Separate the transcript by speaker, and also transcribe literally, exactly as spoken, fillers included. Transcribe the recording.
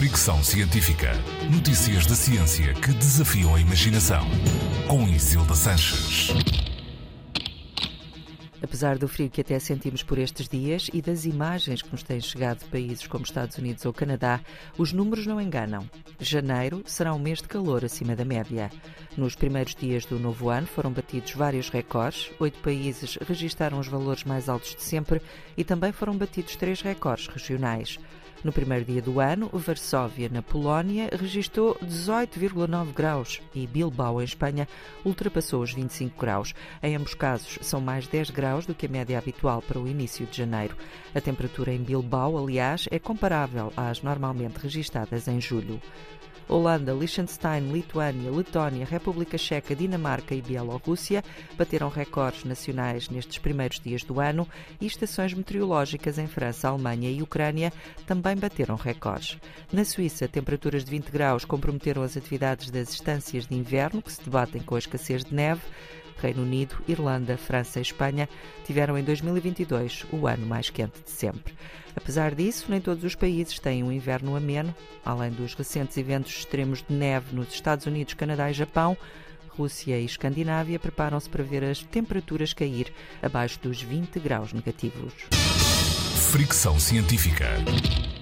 Speaker 1: Fricção Científica. Notícias da ciência que desafiam a imaginação. Com Isilda Sanches.
Speaker 2: Apesar do frio que até sentimos por estes dias e das imagens que nos têm chegado de países como Estados Unidos ou Canadá, os números não enganam. Janeiro será um mês de calor acima da média. Nos primeiros dias do novo ano foram batidos vários recordes. Oito países registaram os valores mais altos de sempre e também foram batidos três recordes regionais. No primeiro dia do ano, Varsóvia, na Polónia, registrou dezoito vírgula nove graus e Bilbao, em Espanha, ultrapassou os vinte e cinco graus. Em ambos casos, são mais dez graus do que a média habitual para o início de janeiro. A temperatura em Bilbao, aliás, é comparável às normalmente registadas em julho. Holanda, Liechtenstein, Lituânia, Letónia, República Checa, Dinamarca e Bielorrússia bateram recordes nacionais nestes primeiros dias do ano e estações meteorológicas em França, Alemanha e Ucrânia também bateram recordes. Na Suíça, temperaturas de vinte graus comprometeram as atividades das estâncias de inverno, que se debatem com a escassez de neve. Reino Unido, Irlanda, França e Espanha tiveram em dois mil e vinte e dois o ano mais quente de sempre. Apesar disso, nem todos os países têm um inverno ameno. Além dos recentes eventos extremos de neve nos Estados Unidos, Canadá e Japão, Rússia e Escandinávia preparam-se para ver as temperaturas cair abaixo dos vinte graus negativos.
Speaker 1: Fricção Científica.